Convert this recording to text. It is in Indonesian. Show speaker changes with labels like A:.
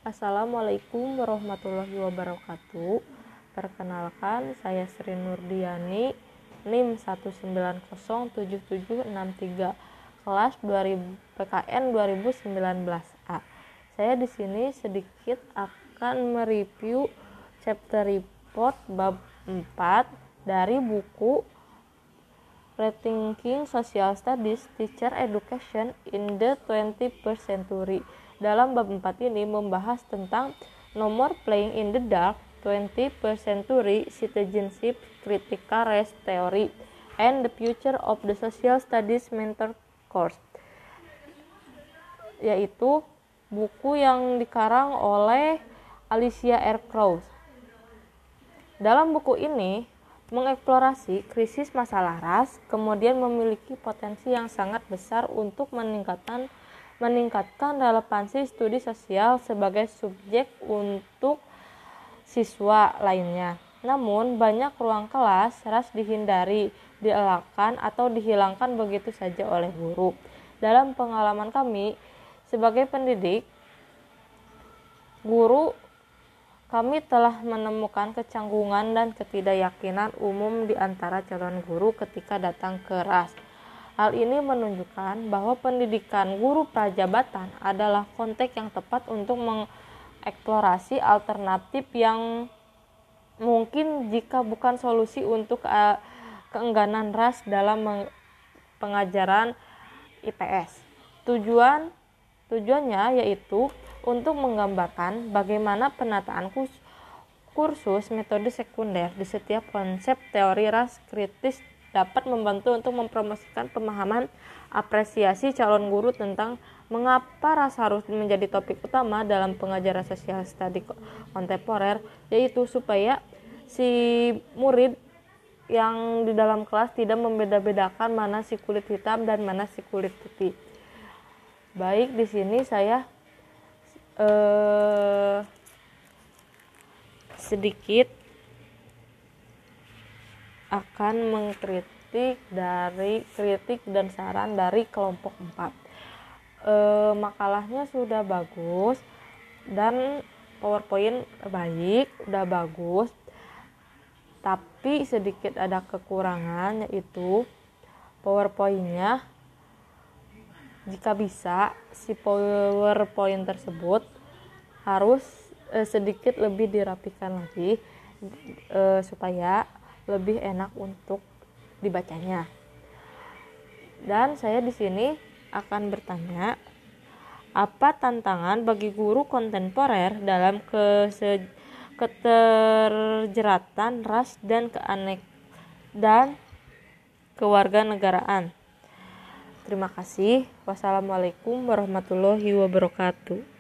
A: Assalamualaikum warahmatullahi wabarakatuh. Perkenalkan, saya Sri Nurdiani, NIM 1907763, kelas 2000 PKN 2019A. Saya di sini sedikit akan mereview chapter report bab 4 dari buku Rethinking Social Studies Teacher Education in the 21st Century. Dalam bab 4 ini membahas tentang No More Playing in the Dark, 21st Century Citizenship, Critical Race Theory, and the Future of the Social Studies Mentor Course, yaitu buku yang dikarang oleh Alicia R. Krauss. Dalam buku ini mengeksplorasi krisis masalah ras, kemudian memiliki potensi yang sangat besar untuk meningkatkan relevansi studi sosial sebagai subjek untuk siswa lainnya. Namun, banyak ruang kelas ras dihindari, dielakkan, atau dihilangkan begitu saja oleh guru. Dalam pengalaman kami sebagai pendidik, guru kami telah menemukan kecanggungan dan ketidakyakinan umum di antara calon guru ketika datang ke ras. Hal ini menunjukkan bahwa pendidikan guru prajabatan adalah konteks yang tepat untuk mengeksplorasi alternatif yang mungkin jika bukan solusi untuk keengganan ras dalam pengajaran IPS. Tujuannya yaitu untuk menggambarkan bagaimana penataan kursus metode sekunder di setiap konsep teori ras kritis dapat membantu untuk mempromosikan pemahaman apresiasi calon guru tentang mengapa ras harus menjadi topik utama dalam pengajaran social study kontemporer, yaitu supaya si murid yang di dalam kelas tidak membeda-bedakan mana si kulit hitam dan mana si kulit putih. Baik, di sini saya sedikit akan mengkritik dari kritik dan saran dari kelompok 4. Makalahnya sudah bagus dan PowerPoint baik, udah bagus, tapi sedikit ada kekurangan, yaitu PowerPoint-nya jika bisa si PowerPoint tersebut harus sedikit lebih dirapikan lagi supaya lebih enak untuk dibacanya. Dan saya di sini akan bertanya, apa tantangan bagi guru kontemporer dalam keterjeratan ras dan kewarganegaraan? Terima kasih. Wassalamualaikum warahmatullahi wabarakatuh.